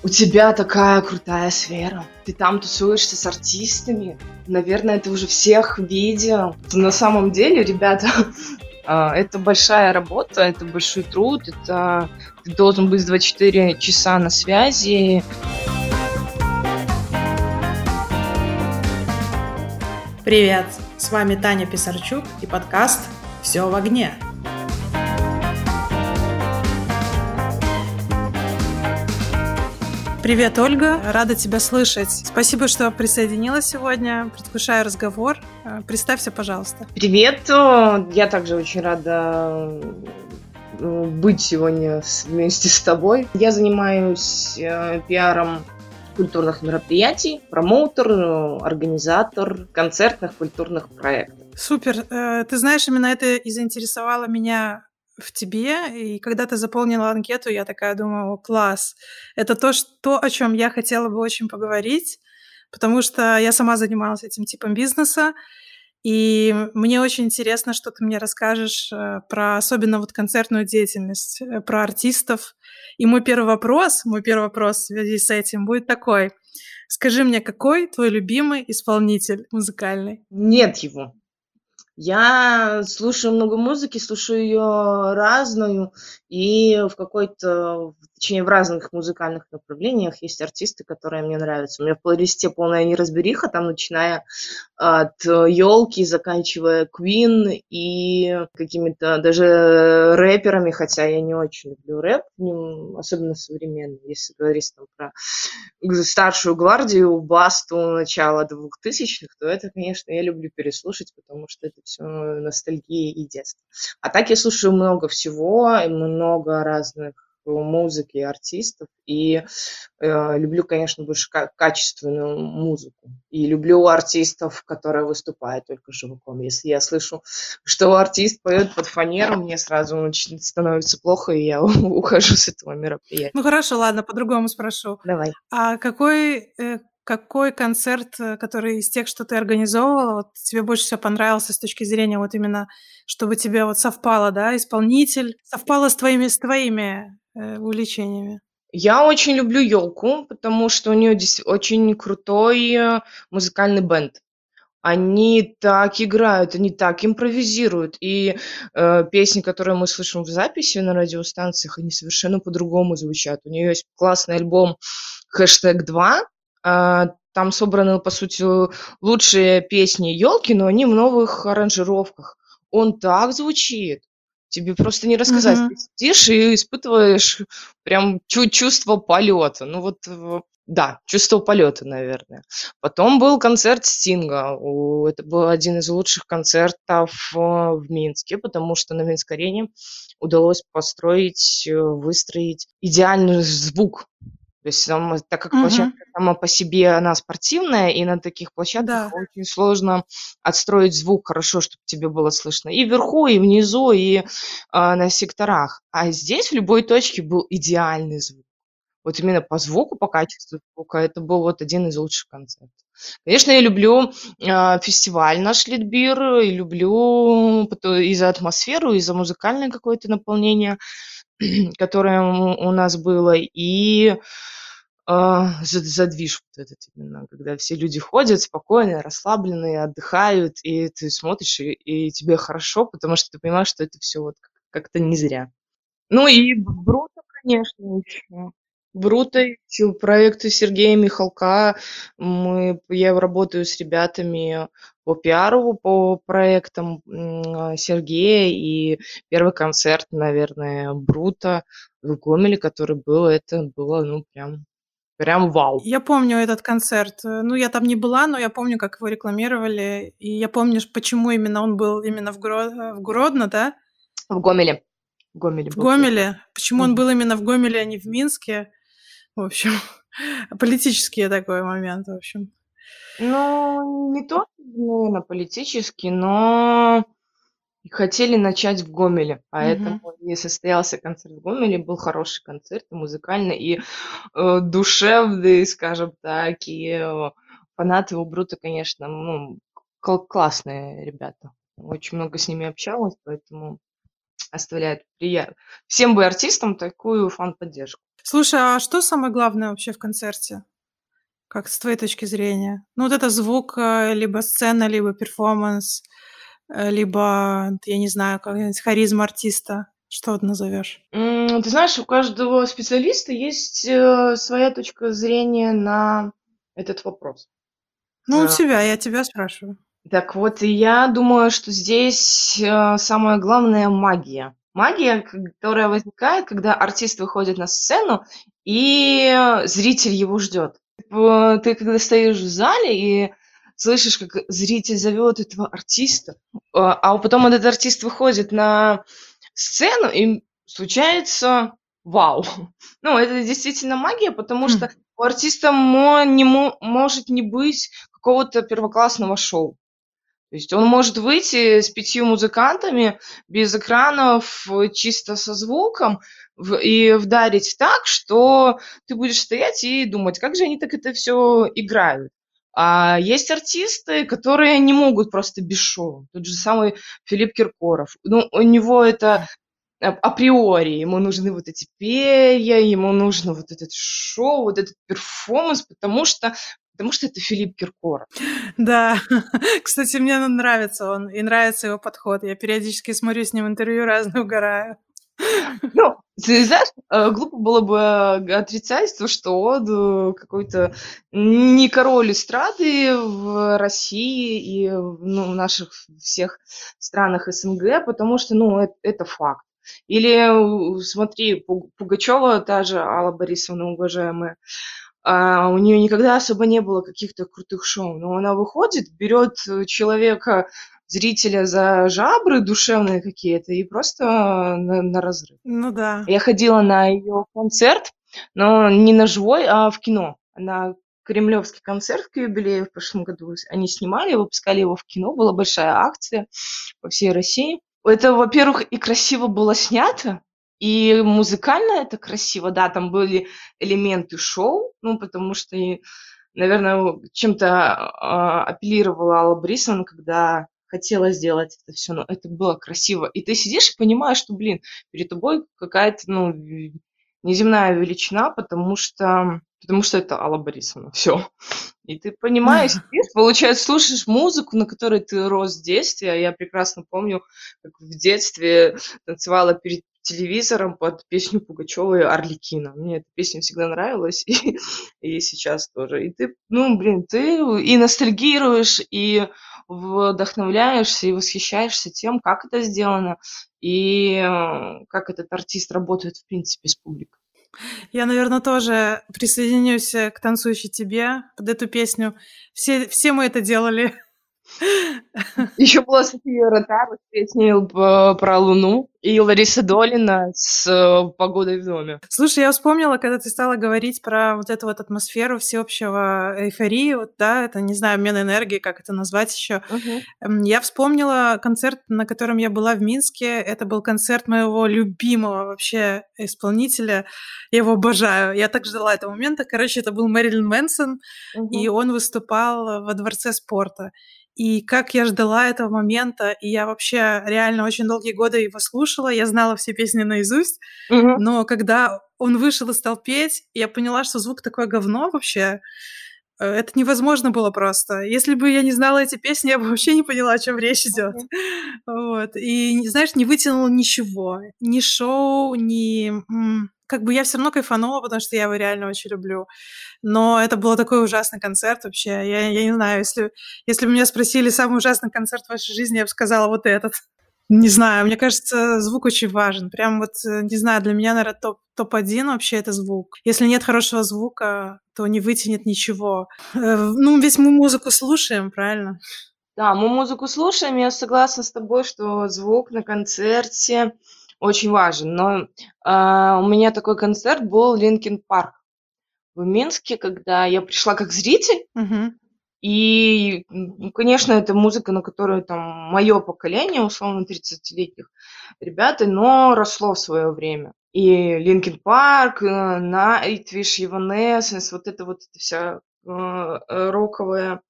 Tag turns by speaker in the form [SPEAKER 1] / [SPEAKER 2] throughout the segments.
[SPEAKER 1] У тебя такая крутая сфера. Ты там тусуешься с артистами. Наверное, ты уже всех видел. На самом деле, ребята, это большая работа, это большой труд, это ты должен быть 24 часа на связи.
[SPEAKER 2] Привет! С вами Таня Писарчук и подкаст «Все в огне». Привет, Ольга, рада тебя слышать. Спасибо, что присоединилась сегодня. Предвкушаю разговор. Представься, пожалуйста.
[SPEAKER 1] Привет! Я также очень рада быть сегодня вместе с тобой. Я занимаюсь пиаром культурных мероприятий, промоутер, организатор концертных культурных проектов.
[SPEAKER 2] Супер! Ты знаешь, именно это и заинтересовало меня в тебе, и когда ты заполнила анкету, я такая думаю: о, класс! Это то, о чем я хотела бы очень поговорить, потому что я сама занималась этим типом бизнеса, и мне очень интересно, что ты мне расскажешь про особенно вот концертную деятельность, про артистов. И мой первый вопрос в связи с этим будет такой. Скажи мне, какой твой любимый исполнитель музыкальный?
[SPEAKER 1] Нет его. Я слушаю много музыки, слушаю ее разную, и точнее, в разных музыкальных направлениях есть артисты, которые мне нравятся. У меня в плейлисте полная неразбериха, там начиная от елки, заканчивая Queen и какими-то даже рэперами, хотя я не очень люблю рэп, особенно современный, если говорить там про старшую гвардию, басту начала 2000-х, то это, конечно, я люблю переслушать, потому что это все ностальгия и детство. А так я слушаю много всего, много разных музыки и артистов, и люблю, конечно, больше качественную музыку. И люблю артистов, которые выступают только живоком. Если я слышу, что артист поет под фанеру, мне сразу становится плохо, и я ухожу с этого мероприятия.
[SPEAKER 2] Ну хорошо, ладно, по-другому спрошу.
[SPEAKER 1] Давай.
[SPEAKER 2] А какой концерт, который из тех, что ты организовывала, вот тебе больше всего понравился с точки зрения вот именно, чтобы тебе вот совпало, да, исполнитель, совпало с твоими увлечениями?
[SPEAKER 1] Я очень люблю елку, потому что у нее очень крутой музыкальный бенд. Они так играют, они так импровизируют. И песни, которые мы слышим в записи на радиостанциях, они совершенно по-другому звучат. У нее есть классный альбом «Хэштег 2». Там собраны, по сути, лучшие песни елки, но они в новых аранжировках. Он так звучит. Тебе просто не рассказать. Ты
[SPEAKER 2] Мгм.
[SPEAKER 1] сидишь и испытываешь прям чувство полета. Ну вот, да, чувство полета, наверное. Потом был концерт Стинга. Это был один из лучших концертов в Минске, потому что на Минск-арене удалось выстроить идеальный звук. То есть так как
[SPEAKER 2] Мгм.
[SPEAKER 1] площадка сама по себе, она спортивная, и на таких площадках
[SPEAKER 2] Да.
[SPEAKER 1] очень сложно отстроить звук хорошо, чтобы тебе было слышно и вверху, и внизу, и на секторах. А здесь в любой точке был идеальный звук. Вот именно по звуку, по качеству звука, это был вот один из лучших концертов. Конечно, я люблю фестиваль наш Литбир, и люблю и за атмосферу, и за музыкальное какое-то наполнение, которое у нас было, и за движ вот этот именно, когда все люди ходят спокойные, расслабленные, отдыхают, и ты смотришь, и тебе хорошо, потому что ты понимаешь, что это все вот как-то не зря. Ну и Бруто, конечно, еще. Бруто, еще проекты Сергея Михалка. Я работаю с ребятами по пиару, по проектам Сергея. И первый концерт, наверное, Бруто в Гомеле, который был, это было, ну, прям вау.
[SPEAKER 2] Я помню этот концерт. Ну, я там не была, но я помню, как его рекламировали. И я помню, почему именно он был именно в Гродно, да?
[SPEAKER 1] В Гомеле. В Гомеле
[SPEAKER 2] В
[SPEAKER 1] был первый.
[SPEAKER 2] Гомеле. Почему он был именно в Гомеле, а не в Минске? В общем, политический такой момент, в общем.
[SPEAKER 1] Ну, не то, наверное, политически, но хотели начать в Гомеле, поэтому
[SPEAKER 2] Мгм.
[SPEAKER 1] и состоялся концерт в Гомеле. Был хороший концерт, и музыкальный, и душевный, скажем так. И фанаты у Брута, конечно, ну, классные ребята. Очень много с ними общалась, поэтому оставляет всем бы артистам такую фан-поддержку.
[SPEAKER 2] Слушай, а что самое главное вообще в концерте? Как с твоей точки зрения? Ну, вот это звук, либо сцена, либо перформанс, либо, я не знаю, какая-нибудь харизма артиста. Что вот назовешь?
[SPEAKER 1] Ты знаешь, у каждого специалиста есть своя точка зрения на этот вопрос.
[SPEAKER 2] Ну, у
[SPEAKER 1] Э,
[SPEAKER 2] тебя, я тебя спрашиваю.
[SPEAKER 1] Так вот, и я думаю, что здесь самое главное магия. Магия, которая возникает, когда артист выходит на сцену, и зритель его ждет. Ты когда стоишь в зале и слышишь, как зритель зовет этого артиста, а потом этот артист выходит на сцену, и случается вау. Ну, это действительно магия, потому
[SPEAKER 2] Хм.
[SPEAKER 1] что у артиста может не быть какого-то первоклассного шоу. То есть он может выйти с 5 музыкантами без экранов, чисто со звуком и вдарить так, что ты будешь стоять и думать, как же они так это все играют. А есть артисты, которые не могут просто без шоу. Тот же самый Филипп Киркоров. Ну, у него это априори. Ему нужны вот эти перья, ему нужно вот этот шоу, вот этот перформанс, потому что это Филипп Киркоров.
[SPEAKER 2] Да, кстати, мне нравится он, и нравится его подход. Я периодически смотрю с ним интервью разные, угораю.
[SPEAKER 1] Ну, ты знаешь, глупо было бы отрицать то, что он какой-то не король эстрады в России и в наших всех странах СНГ, потому что, ну, это факт. Или смотри, Пугачева, та же Алла Борисовна, уважаемая, у нее никогда особо не было каких-то крутых шоу, но она выходит, берет человека, зрителя за жабры душевные какие-то и просто на разрыв.
[SPEAKER 2] Ну да.
[SPEAKER 1] Я ходила на ее концерт, но не на живой, а в кино. На кремлевский концерт к юбилею в прошлом году они снимали, выпускали его в кино, была большая акция по всей России. Это, во-первых, и красиво было снято, и музыкально это красиво. Да, там были элементы шоу, ну, потому что, наверное, чем-то апеллировала Алла Борисовна, когда хотела сделать это все, но это было красиво. И ты сидишь и понимаешь, что, блин, перед тобой какая-то, ну, неземная величина, потому что это Алла Борисовна. Все. И ты понимаешь, сидишь, получается, слушаешь музыку, на которой ты рос в детстве. А я прекрасно помню, как в детстве танцевала перед телевизором под песню Пугачевой «Арлекино». Мне эта песня всегда нравилась, и сейчас тоже. И ты, ну, блин, ты и ностальгируешь, и вдохновляешься, и восхищаешься тем, как это сделано, и как этот артист работает, в принципе, с публикой.
[SPEAKER 2] Я, наверное, тоже присоединюсь к «Танцующей тебе» под эту песню. Все мы это делали.
[SPEAKER 1] Еще была София Ротару с песней про Луну и Лариса Долина с «Погодой в доме».
[SPEAKER 2] Слушай, я вспомнила, когда ты стала говорить про вот эту вот атмосферу всеобщего эйфории, вот, да, это, не знаю, обмен энергии, как это назвать еще.
[SPEAKER 1] Мгм.
[SPEAKER 2] Я вспомнила концерт, на котором я была в Минске. Это был концерт моего любимого вообще исполнителя. Я его обожаю. Я так ждала этого момента. Короче, это был Мэрилин Мэнсон, и
[SPEAKER 1] Мгм.
[SPEAKER 2] он выступал во Дворце спорта. И как я ждала этого момента, и я вообще реально очень долгие годы его слушала, я знала все песни наизусть,
[SPEAKER 1] Мгм.
[SPEAKER 2] но когда он вышел и стал петь, я поняла, что звук такое говно вообще. Это невозможно было просто. Если бы я не знала эти песни, я бы вообще не поняла, о чем речь идет.
[SPEAKER 1] Мгм.
[SPEAKER 2] Вот. И, знаешь, не вытянула ничего. Ни шоу, ни... Как бы я все равно кайфанула, потому что я его реально очень люблю. Но это был такой ужасный концерт вообще. Я не знаю, если бы меня спросили самый ужасный концерт в вашей жизни, я бы сказала вот этот. Не знаю, мне кажется, звук очень важен. Прям вот, не знаю, для меня, наверное, топ-1 вообще это звук. Если нет хорошего звука, то не вытянет ничего. Ну, ведь мы музыку слушаем, правильно?
[SPEAKER 1] Да, мы музыку слушаем, я согласна с тобой, что звук на концерте очень важен. Но у меня такой концерт был Линкин Парк в Минске, когда я пришла как зритель.
[SPEAKER 2] Мгм.
[SPEAKER 1] И, ну, конечно, это музыка, на которую там мое поколение, условно, 30-летних ребят, но росло в свое время. И Линкин Парк, Nightwish, Evanescence, вот эта вся роковая,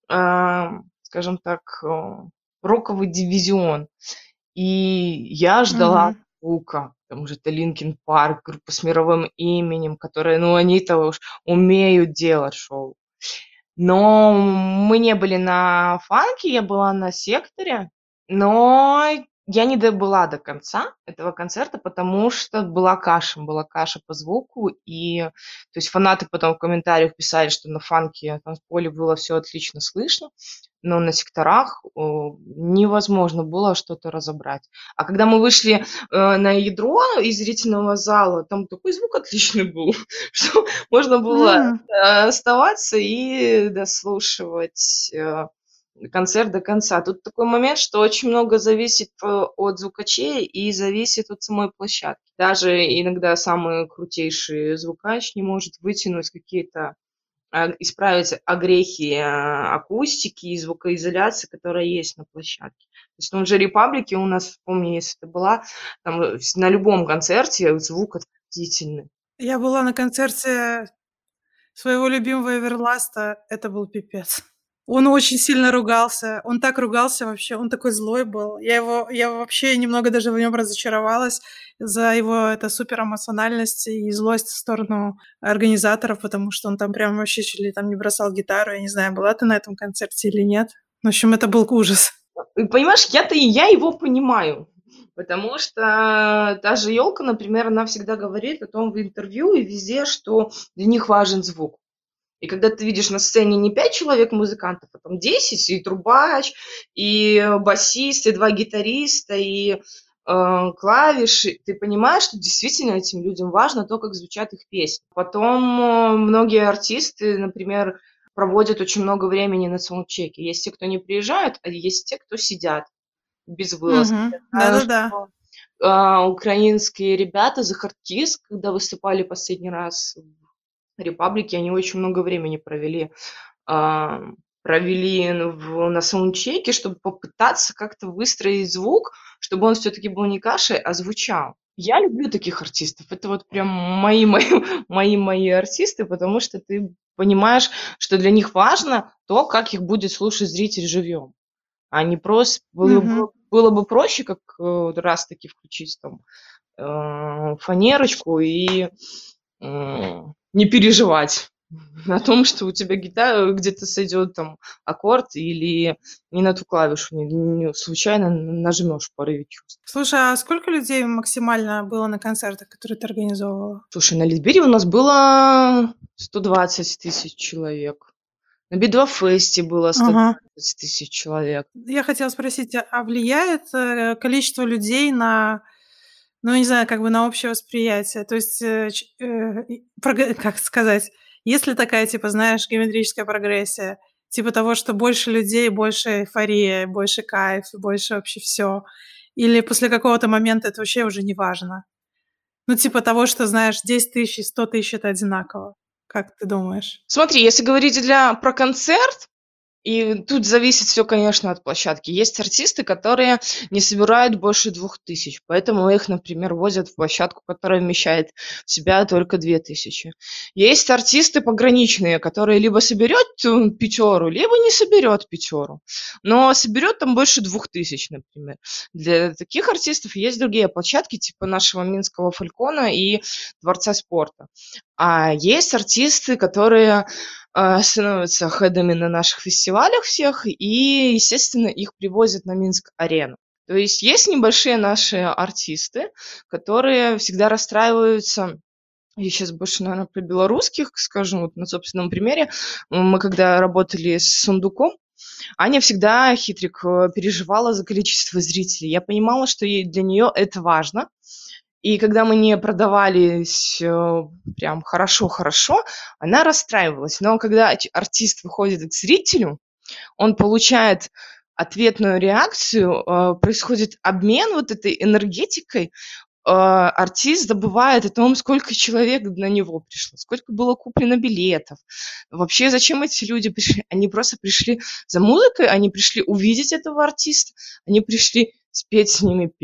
[SPEAKER 1] скажем так, роковый дивизион. И я ждала
[SPEAKER 2] Мгм.
[SPEAKER 1] звука. Потому что это Linkin Park, группа с мировым именем, которые, ну, они-то уж умеют делать шоу. Но мы не были на фанке, я была на секторе, но я не добыла до конца этого концерта, потому что была каша по звуку. И, то есть фанаты потом в комментариях писали, что на фанке, на танцполе было все отлично слышно, но на секторах невозможно было что-то разобрать. А когда мы вышли на ядро из зрительного зала, там такой звук отличный был, что можно было
[SPEAKER 2] М.
[SPEAKER 1] оставаться и дослушивать концерт до конца. Тут такой момент, что очень много зависит от звукачей и зависит от самой площадки. Даже иногда самый крутейший звукач не может вытянуть какие-то, исправить огрехи акустики и звукоизоляции, которая есть на площадке. То есть в том же Репаблике у нас, помню, если ты была, там на любом концерте звук отвратительный.
[SPEAKER 2] Я была на концерте своего любимого Эверласта. Это был пипец. Он очень сильно ругался. Он так ругался вообще. Он такой злой был. Я вообще немного даже в нем разочаровалась за его суперэмоциональность и злость в сторону организаторов, потому что он там прям вообще чуть ли там не бросал гитару. Я не знаю, была ты на этом концерте или нет. В общем, это был ужас.
[SPEAKER 1] Понимаешь, я его понимаю. Потому что та же Ёлка, например, она всегда говорит о том в интервью и везде, что для них важен звук. И когда ты видишь на сцене не 5 человек музыкантов, а там 10, и трубач, и басист, и 2 гитариста, и клавиши, ты понимаешь, что действительно этим людям важно то, как звучат их песни. Потом многие артисты, например, проводят очень много времени на саундчеке. Есть те, кто не приезжают, а есть те, кто сидят безвылазно.
[SPEAKER 2] Мгм.
[SPEAKER 1] Я знаю,
[SPEAKER 2] Да-да-да.
[SPEAKER 1] что украинские ребята Захаркис, когда выступали последний раз в Репаблике, они очень много времени а, провели на саундчеке, чтобы попытаться как-то выстроить звук, чтобы он все-таки был не кашей, а звучал. Я люблю таких артистов. Это вот прям мои артисты, потому что ты понимаешь, что для них важно то, как их будет слушать зритель живьем. А не просто
[SPEAKER 2] Мгм.
[SPEAKER 1] было бы проще, как раз таки включить там фанерочку и не переживать о том, что у тебя гитара где-то сойдет там аккорд или не на ту клавишу, случайно нажмешь в порыве чувств.
[SPEAKER 2] Слушай, а сколько людей максимально было на концертах, которые ты организовывала?
[SPEAKER 1] Слушай, на Литбере у нас было 120 тысяч человек. На Би-2 было
[SPEAKER 2] Ага.
[SPEAKER 1] 120 тысяч человек.
[SPEAKER 2] Я хотела спросить, а влияет, количество людей на, ну, не знаю, как бы на общее восприятие? То есть, как сказать, есть ли такая, типа, знаешь, геометрическая прогрессия? Типа того, что больше людей, больше эйфория, больше кайф, больше вообще все. Или после какого-то момента это вообще уже не важно? Ну, типа того, что, знаешь, 10 тысяч и 100 тысяч — это одинаково. Как ты думаешь?
[SPEAKER 1] Смотри, если говорить про концерт, и тут зависит все, конечно, от площадки. Есть артисты, которые не собирают больше 2000, поэтому их, например, возят в площадку, которая вмещает в себя только 2000. Есть артисты пограничные, которые либо соберет пятеру, либо не соберет пятеру, но соберет там больше 2000, например. Для таких артистов есть другие площадки, типа нашего Минского Фалькона и Дворца спорта. А есть артисты, которые становятся хедами на наших фестивалях всех, и, естественно, их привозят на Минск-арену. То есть небольшие наши артисты, которые всегда расстраиваются. Я сейчас больше, наверное, про белорусских скажу, вот на собственном примере. Мы когда работали с Сундуком, Аня всегда, хитрик, переживала за количество зрителей. Я понимала, что для нее это важно. И когда мы не продавались прям хорошо-хорошо, она расстраивалась. Но когда артист выходит к зрителю, он получает ответную реакцию, происходит обмен вот этой энергетикой, артист забывает о том, сколько человек на него пришло, сколько было куплено билетов. Вообще, зачем эти люди пришли? Они просто пришли за музыкой, они пришли увидеть этого артиста, они пришли спеть с ними песню.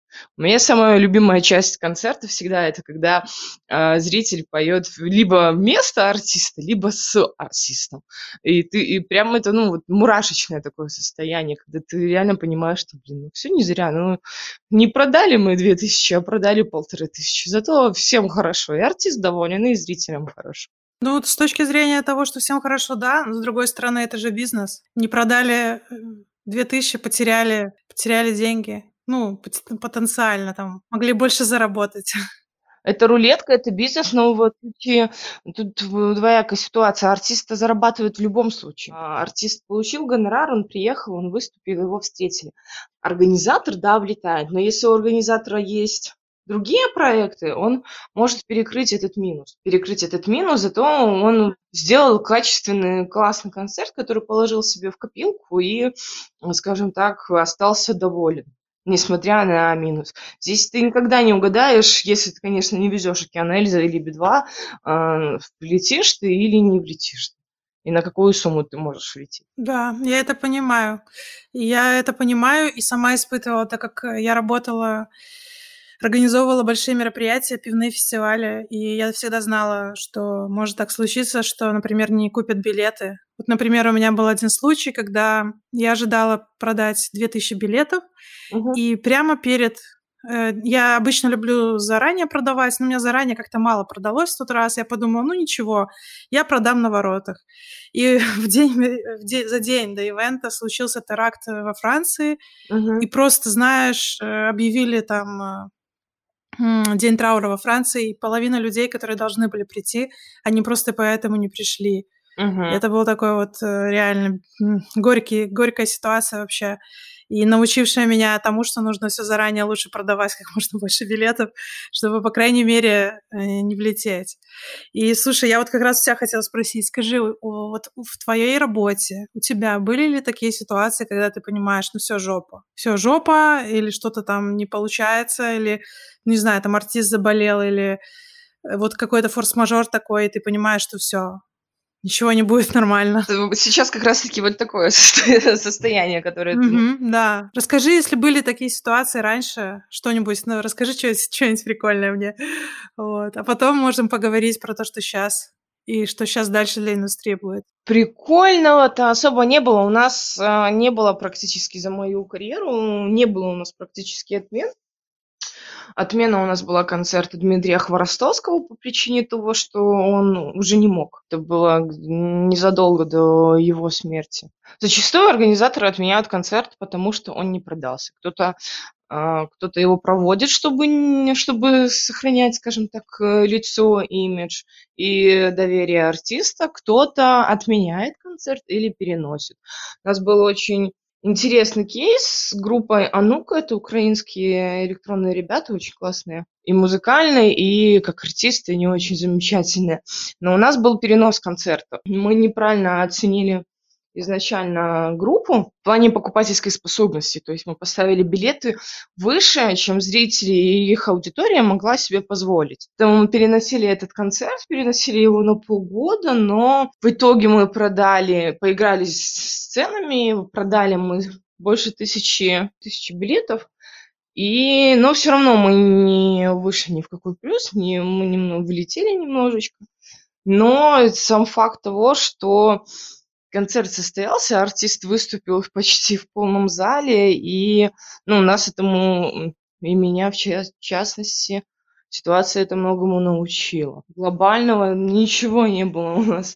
[SPEAKER 1] У меня самая любимая часть концерта всегда это когда зритель поет либо вместо артиста, либо с артистом. И прям это, ну, вот мурашечное такое состояние, когда ты реально понимаешь, что, блин, ну все не зря. Ну, не продали мы 2000, а продали 1500. Зато всем хорошо. И артист доволен, и зрителям хорошо.
[SPEAKER 2] Ну, вот с точки зрения того, что всем хорошо, да, но с другой стороны, это же бизнес. Не продали 2000, потеряли деньги. Ну, потенциально там могли больше заработать.
[SPEAKER 1] Это рулетка, это бизнес, но вот тут двоякая ситуация. Артист зарабатывает в любом случае. Артист получил гонорар, он приехал, он выступил, его встретили. Организатор, да, влетает, но если у организатора есть другие проекты, он может перекрыть этот минус. Зато он сделал качественный, классный концерт, который положил себе в копилку и, скажем так, остался доволен, несмотря на минус. Здесь ты никогда не угадаешь, если ты, конечно, не везешь Океан Эльза или Би-2, влетишь ты или не влетишь. И на какую сумму ты можешь влететь.
[SPEAKER 2] Да, я это понимаю. Я это понимаю и сама испытывала, так как я организовывала большие мероприятия, пивные фестивали, и я всегда знала, что может так случиться, что, например, не купят билеты. Вот, например, у меня был один случай, когда я ожидала продать 2000 билетов,
[SPEAKER 1] Мгм.
[SPEAKER 2] и прямо перед я обычно люблю заранее продавать, но у меня заранее как-то мало продалось в тот раз. Я подумала, ну ничего, я продам на воротах. И за день до ивента случился теракт во Франции, и
[SPEAKER 1] Мгм.
[SPEAKER 2] просто, знаешь, объявили там день траура во Франции, и половина людей, которые должны были прийти, они просто поэтому не пришли. И
[SPEAKER 1] Мгм.
[SPEAKER 2] это был такой вот реально горькая ситуация вообще. И научившая меня тому, что нужно все заранее лучше продавать как можно больше билетов, чтобы, по крайней мере, не влететь. И слушай, я вот как раз у тебя хотела спросить, скажи, вот в твоей работе у тебя были ли такие ситуации, когда ты понимаешь, ну все жопа, или что-то там не получается, или, ну, не знаю, там артист заболел, или вот какой-то форс-мажор такой, и ты понимаешь, что все, ничего не будет нормально.
[SPEAKER 1] Сейчас как раз-таки вот такое состояние, которое ты...
[SPEAKER 2] Мгм, да. Расскажи, если были такие ситуации раньше, что-нибудь, ну, расскажи чё-нибудь прикольное мне. Вот. А потом можем поговорить про то, что сейчас и что сейчас дальше для индустрии будет.
[SPEAKER 1] Прикольного-то особо не было. У нас не было практически за мою карьеру, не было у нас практически отмен. Отмена у нас была концерта Дмитрия Хворостовского по причине того, что он уже не мог. Это было незадолго до его смерти. Зачастую организаторы отменяют концерт, потому что он не продался. Кто-то его проводит, чтобы сохранять, скажем так, лицо, имидж и доверие артиста. Кто-то отменяет концерт или переносит. У нас был очень интересный кейс с группой «Анука». Это украинские электронные ребята, очень классные. И музыкальные, и как артисты они очень замечательные. Но у нас был перенос концерта. Мы неправильно оценили изначально группу в плане покупательской способности. То есть мы поставили билеты выше, чем зрители и их аудитория могла себе позволить. Поэтому мы переносили этот концерт, переносили его на полгода, но в итоге мы поиграли с ценами, продали мы больше тысячи билетов, но все равно мы не вышли ни в какой плюс, мы влетели немножечко. Но сам факт того, что концерт состоялся, артист выступил почти в полном зале, и, ну, нас этому, и меня в частности, ситуация это многому научила. Глобального ничего не было у нас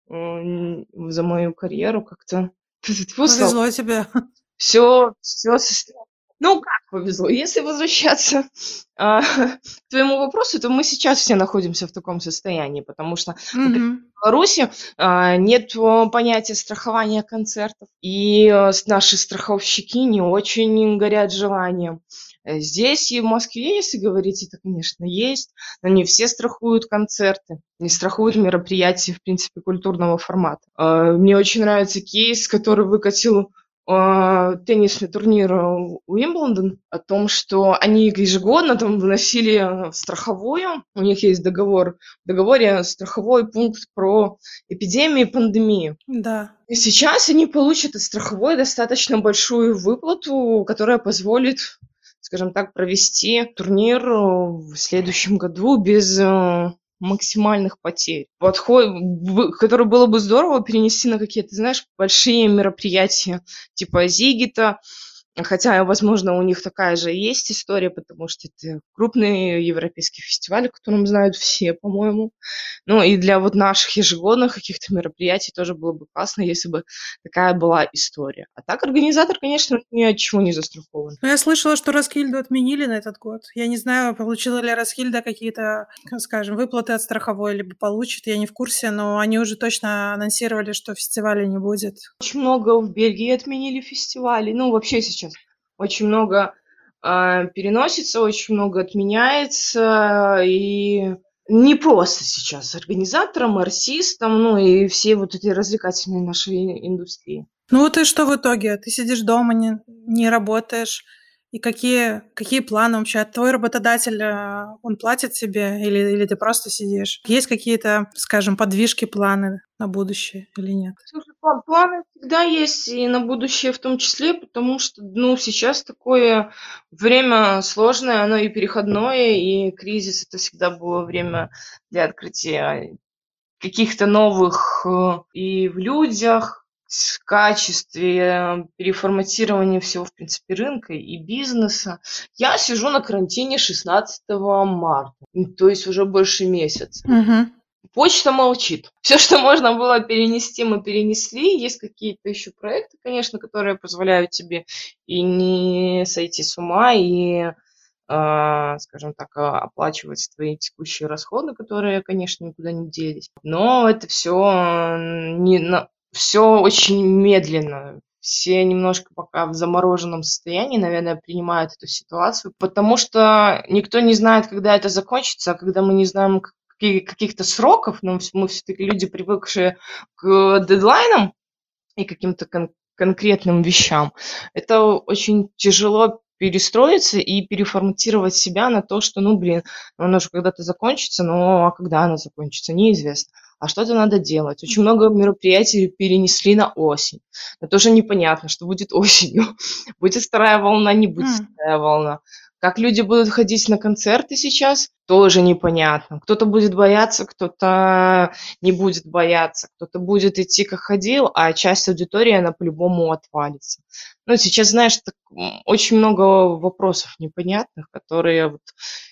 [SPEAKER 1] за мою карьеру как-то.
[SPEAKER 2] Повезло тебе.
[SPEAKER 1] Все состоялось. Ну, как повезло. Если возвращаться к твоему вопросу, то мы сейчас все находимся в таком состоянии, потому что, например,
[SPEAKER 2] Мгм.
[SPEAKER 1] в Беларуси нет понятия страхования концертов, и наши страховщики не очень горят желанием. Здесь и в Москве, если говорить, это, конечно, есть, но не все страхуют концерты, не страхуют мероприятия, в принципе, культурного формата. Мне очень нравится кейс, который выкатил теннисный турнир Уимблдон, о том, что они ежегодно там вносили страховую, у них есть договор, в договоре страховой пункт про эпидемии и пандемию.
[SPEAKER 2] Да.
[SPEAKER 1] И сейчас они получат от страховой достаточно большую выплату, которая позволит, скажем так, провести турнир в следующем году без максимальных потерь. Который было бы здорово перенести на какие-то, знаешь, большие мероприятия, типа Зигита. Хотя, возможно, у них такая же есть история, потому что это крупный европейский фестиваль, о котором знают все, по-моему. Ну и для вот наших ежегодных каких-то мероприятий тоже было бы классно, если бы такая была история. А так организатор, конечно, ни от чего не застрахован.
[SPEAKER 2] Ну, я слышала, что Роскильду отменили на этот год. Я не знаю, получила ли Роскильда какие-то, скажем, выплаты от страховой, либо получит, я не в курсе, но они уже точно анонсировали, что фестиваля не будет.
[SPEAKER 1] Очень много в Бельгии отменили фестивалей. Ну, вообще сейчас очень много переносится, очень много отменяется. И не просто сейчас организаторам, артистам, ну и всей вот этой развлекательной нашей индустрии.
[SPEAKER 2] Ну вот и что в итоге? Ты сидишь дома, не работаешь. И какие планы вообще? Твой работодатель, он платит тебе или ты просто сидишь? Есть какие-то, скажем, подвижки, планы на будущее или нет?
[SPEAKER 1] Слушай, планы всегда есть и на будущее в том числе, потому что, ну, сейчас такое время сложное, оно и переходное, и кризис это всегда было время для открытия каких-то новых и в людях, в качестве переформатирования всего, в принципе, рынка и бизнеса. Я сижу на карантине 16 марта, то есть уже больше месяца.
[SPEAKER 2] Мгм.
[SPEAKER 1] Почта молчит. Все, что можно было перенести, мы перенесли. Есть какие-то еще проекты, конечно, которые позволяют тебе и не сойти с ума, и, скажем так, оплачивать твои текущие расходы, которые, конечно, никуда не делись. Но это все все очень медленно. Все немножко пока в замороженном состоянии, наверное, принимают эту ситуацию, потому что никто не знает, когда это закончится, а когда мы не знаем каких-то сроков, но мы все-таки люди, привыкшие к дедлайнам и каким-то конкретным вещам, это очень тяжело перестроиться и переформатировать себя на то, что, ну, блин, оно же когда-то закончится, но а когда оно закончится, неизвестно. А что-то надо делать. Очень много мероприятий перенесли на осень. Но тоже непонятно, что будет осенью. Будет вторая волна, не будет вторая волна. Как люди будут ходить на концерты сейчас, тоже непонятно. Кто-то будет бояться, кто-то не будет бояться, кто-то будет идти как ходил, а часть аудитории, она по-любому отвалится. Ну, сейчас, знаешь, очень много вопросов непонятных, которые вот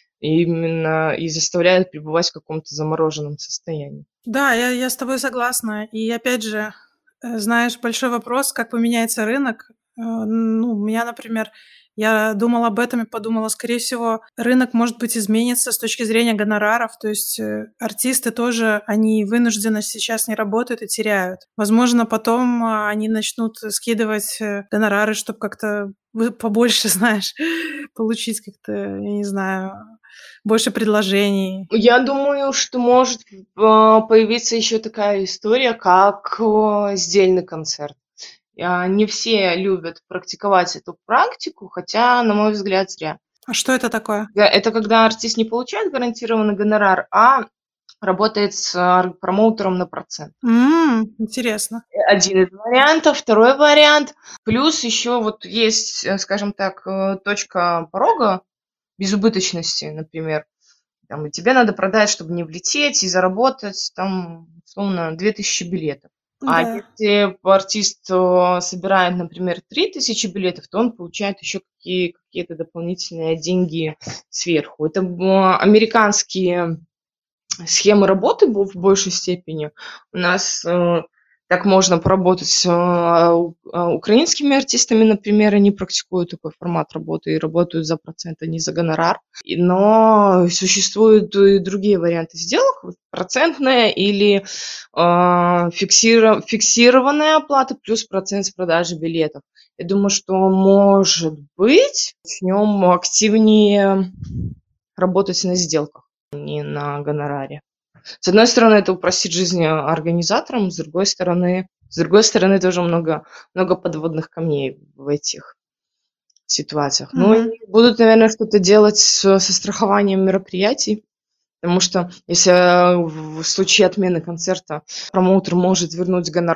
[SPEAKER 1] именно и заставляют пребывать в каком-то замороженном состоянии.
[SPEAKER 2] Да, я с тобой согласна. И опять же, знаешь, большой вопрос, как поменяется рынок. Ну, у меня, например, я думала об этом и подумала, скорее всего, рынок, может быть, изменится с точки зрения гонораров. То есть артисты тоже, они вынужденно сейчас не работают и теряют. Возможно, потом они начнут скидывать гонорары, чтобы как-то побольше, знаешь, получить как-то, я не знаю, больше предложений.
[SPEAKER 1] Я думаю, что может появиться еще такая история, как сдельный концерт. Не все любят практиковать эту практику, хотя, на мой взгляд, зря.
[SPEAKER 2] А что это такое?
[SPEAKER 1] Это когда артист не получает гарантированный гонорар, а работает с промоутером на процент.
[SPEAKER 2] Интересно.
[SPEAKER 1] Один из вариантов. Второй вариант. Плюс еще вот есть, скажем так, точка порога безубыточности, например. Там, и тебе надо продать, чтобы не влететь, и заработать, там, условно, 2000 билетов. А
[SPEAKER 2] Да.
[SPEAKER 1] если артист собирает, например, 3000 билетов, то он получает еще какие-то дополнительные деньги сверху. Это американские схемы работы в большей степени. У нас так можно поработать с украинскими артистами, например, они практикуют такой формат работы и работают за процент, а не за гонорар. Но существуют и другие варианты сделок, вот процентная или фиксированная оплата плюс процент с продажи билетов. Я думаю, что, может быть, начнем активнее работать на сделках, не на гонораре. С одной стороны, это упростит жизнь организаторам, с другой стороны тоже много подводных камней в этих ситуациях. Ну
[SPEAKER 2] Мгм.
[SPEAKER 1] и будут, наверное, что-то делать со страхованием мероприятий, потому что если в случае отмены концерта промоутер может вернуть гонорар,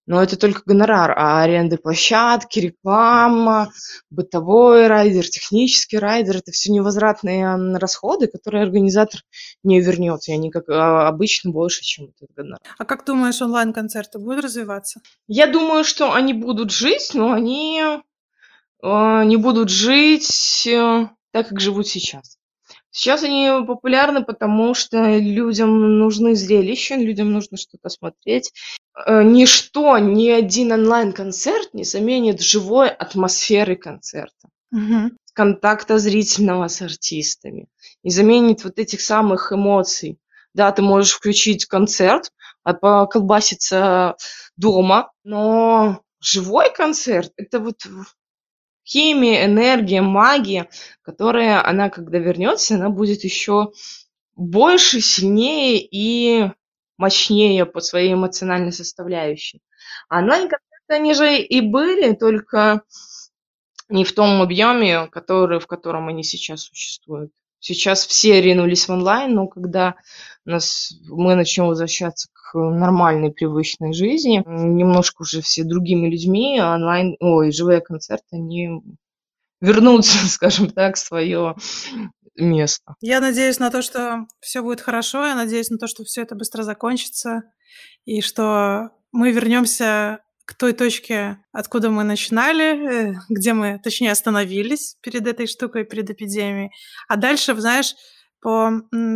[SPEAKER 1] Но это только гонорар, а аренды площадки, реклама, бытовой райдер, технический райдер — это все невозвратные расходы, которые организатор не вернет, и они, как обычно, больше, чем этот гонорар.
[SPEAKER 2] А как думаешь, онлайн-концерты будут развиваться?
[SPEAKER 1] Я думаю, что они будут жить, но они не будут жить так, как живут сейчас. Сейчас они популярны, потому что людям нужны зрелища, людям нужно что-то смотреть. Ничто, ни один онлайн-концерт не заменит живой атмосферы концерта,
[SPEAKER 2] Мгм.
[SPEAKER 1] контакта зрительного с артистами, не заменит вот этих самых эмоций. Да, ты можешь включить концерт, поколбаситься дома, но живой концерт — это вот химия, энергия, магия, которая, она когда вернется, она будет еще больше, сильнее и мощнее по своей эмоциональной составляющей. А онлайн-концерты, они же и были, только не в том объеме, в котором они сейчас существуют. Сейчас все ринулись в онлайн, но когда мы начнем возвращаться к нормальной, привычной жизни, немножко уже все другими людьми, живые концерты, они вернутся, скажем так, в свое место.
[SPEAKER 2] Я надеюсь на то, что все будет хорошо. Я надеюсь на то, что все это быстро закончится, и что мы вернемся к той точке, откуда мы начинали, где мы, точнее, остановились перед этой штукой, перед эпидемией. А дальше, знаешь, по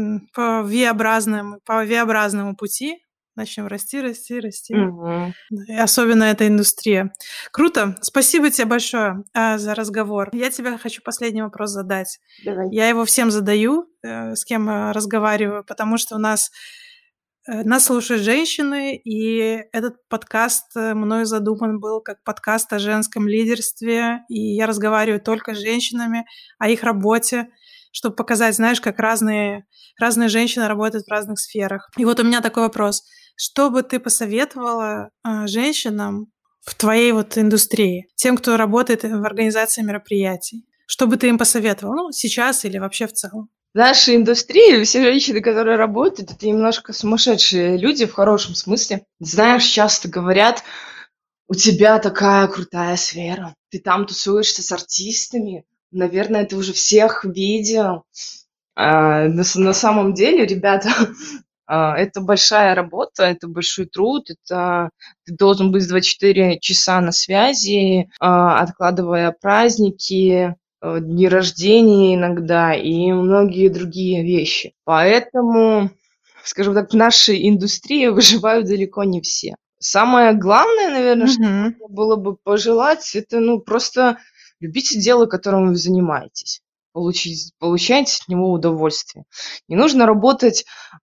[SPEAKER 2] V-образному пути начнем расти.
[SPEAKER 1] Мгм.
[SPEAKER 2] И особенно эта индустрия. Круто. Спасибо тебе большое за разговор. Я тебе хочу последний вопрос задать.
[SPEAKER 1] Давай.
[SPEAKER 2] Я его всем задаю, с кем разговариваю, потому что нас слушают женщины, и этот подкаст мною задуман был как подкаст о женском лидерстве, и я разговариваю только с женщинами, о их работе, чтобы показать, знаешь, как разные женщины работают в разных сферах. И вот у меня такой вопрос. Что бы ты посоветовала женщинам в твоей вот индустрии, тем, кто работает в организации мероприятий? Что бы ты им посоветовала? Ну, сейчас или вообще в целом?
[SPEAKER 1] В нашей индустрии все женщины, которые работают, это немножко сумасшедшие люди в хорошем смысле. Знаешь, часто говорят: у тебя такая крутая сфера, ты там тусуешься с артистами, наверное, ты уже всех видел. На самом деле, ребята, это большая работа, это большой труд, это ты должен быть 24 часа на связи, откладывая праздники, дни рождения иногда и многие другие вещи. Поэтому, скажем так, в нашей индустрии выживают далеко не все. Самое главное, наверное, что
[SPEAKER 2] Мгм.
[SPEAKER 1] можно было бы пожелать, это просто любите дело, которым вы занимаетесь. Получайте от него удовольствие. Не нужно работать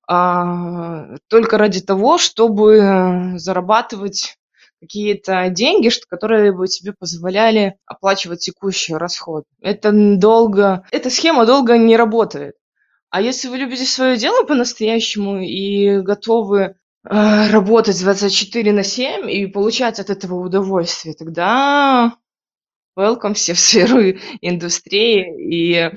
[SPEAKER 1] только ради того, чтобы зарабатывать какие-то деньги, которые бы тебе позволяли оплачивать текущие расходы. Эта схема долго не работает. А если вы любите свое дело по-настоящему и готовы работать 24/7 и получать от этого удовольствие, тогда welcome все в сферу индустрии и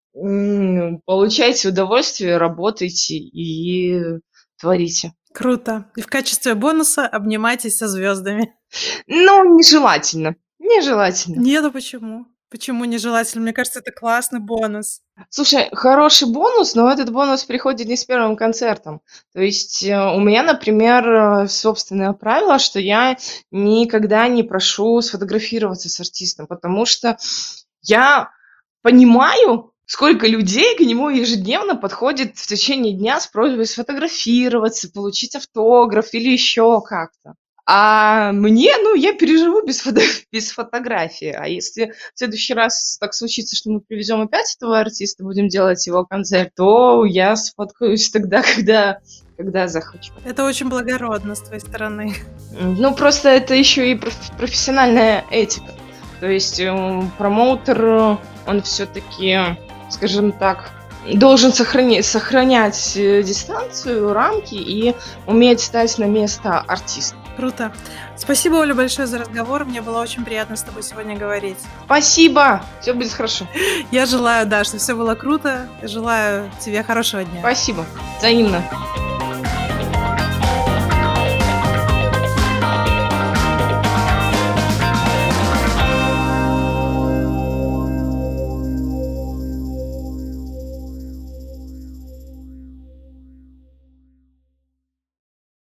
[SPEAKER 1] получайте удовольствие, работайте и творите.
[SPEAKER 2] Круто. И в качестве бонуса обнимайтесь со звездами.
[SPEAKER 1] Ну, нежелательно. Нежелательно.
[SPEAKER 2] Нет, а почему? Почему нежелательно? Мне кажется, это классный бонус.
[SPEAKER 1] Слушай, хороший бонус, но этот бонус приходит не с первым концертом. То есть у меня, например, собственное правило, что я никогда не прошу сфотографироваться с артистом, потому что я понимаю, сколько людей к нему ежедневно подходит в течение дня с просьбой сфотографироваться, получить автограф или еще как-то. А мне, я переживу без фотографии. А если в следующий раз так случится, что мы привезем опять этого артиста, будем делать его концерт, то я сфоткаюсь тогда, когда захочу.
[SPEAKER 2] Это очень благородно с твоей стороны.
[SPEAKER 1] Просто это еще и профессиональная этика. То есть промоутер, он все-таки, скажем так, должен сохранять дистанцию, рамки и уметь стать на место артиста.
[SPEAKER 2] Круто. Спасибо, Оля, большое за разговор. Мне было очень приятно с тобой сегодня говорить.
[SPEAKER 1] Спасибо. Все будет хорошо.
[SPEAKER 2] Я желаю, чтобы все было круто. Желаю тебе хорошего дня.
[SPEAKER 1] Спасибо. Взаимно.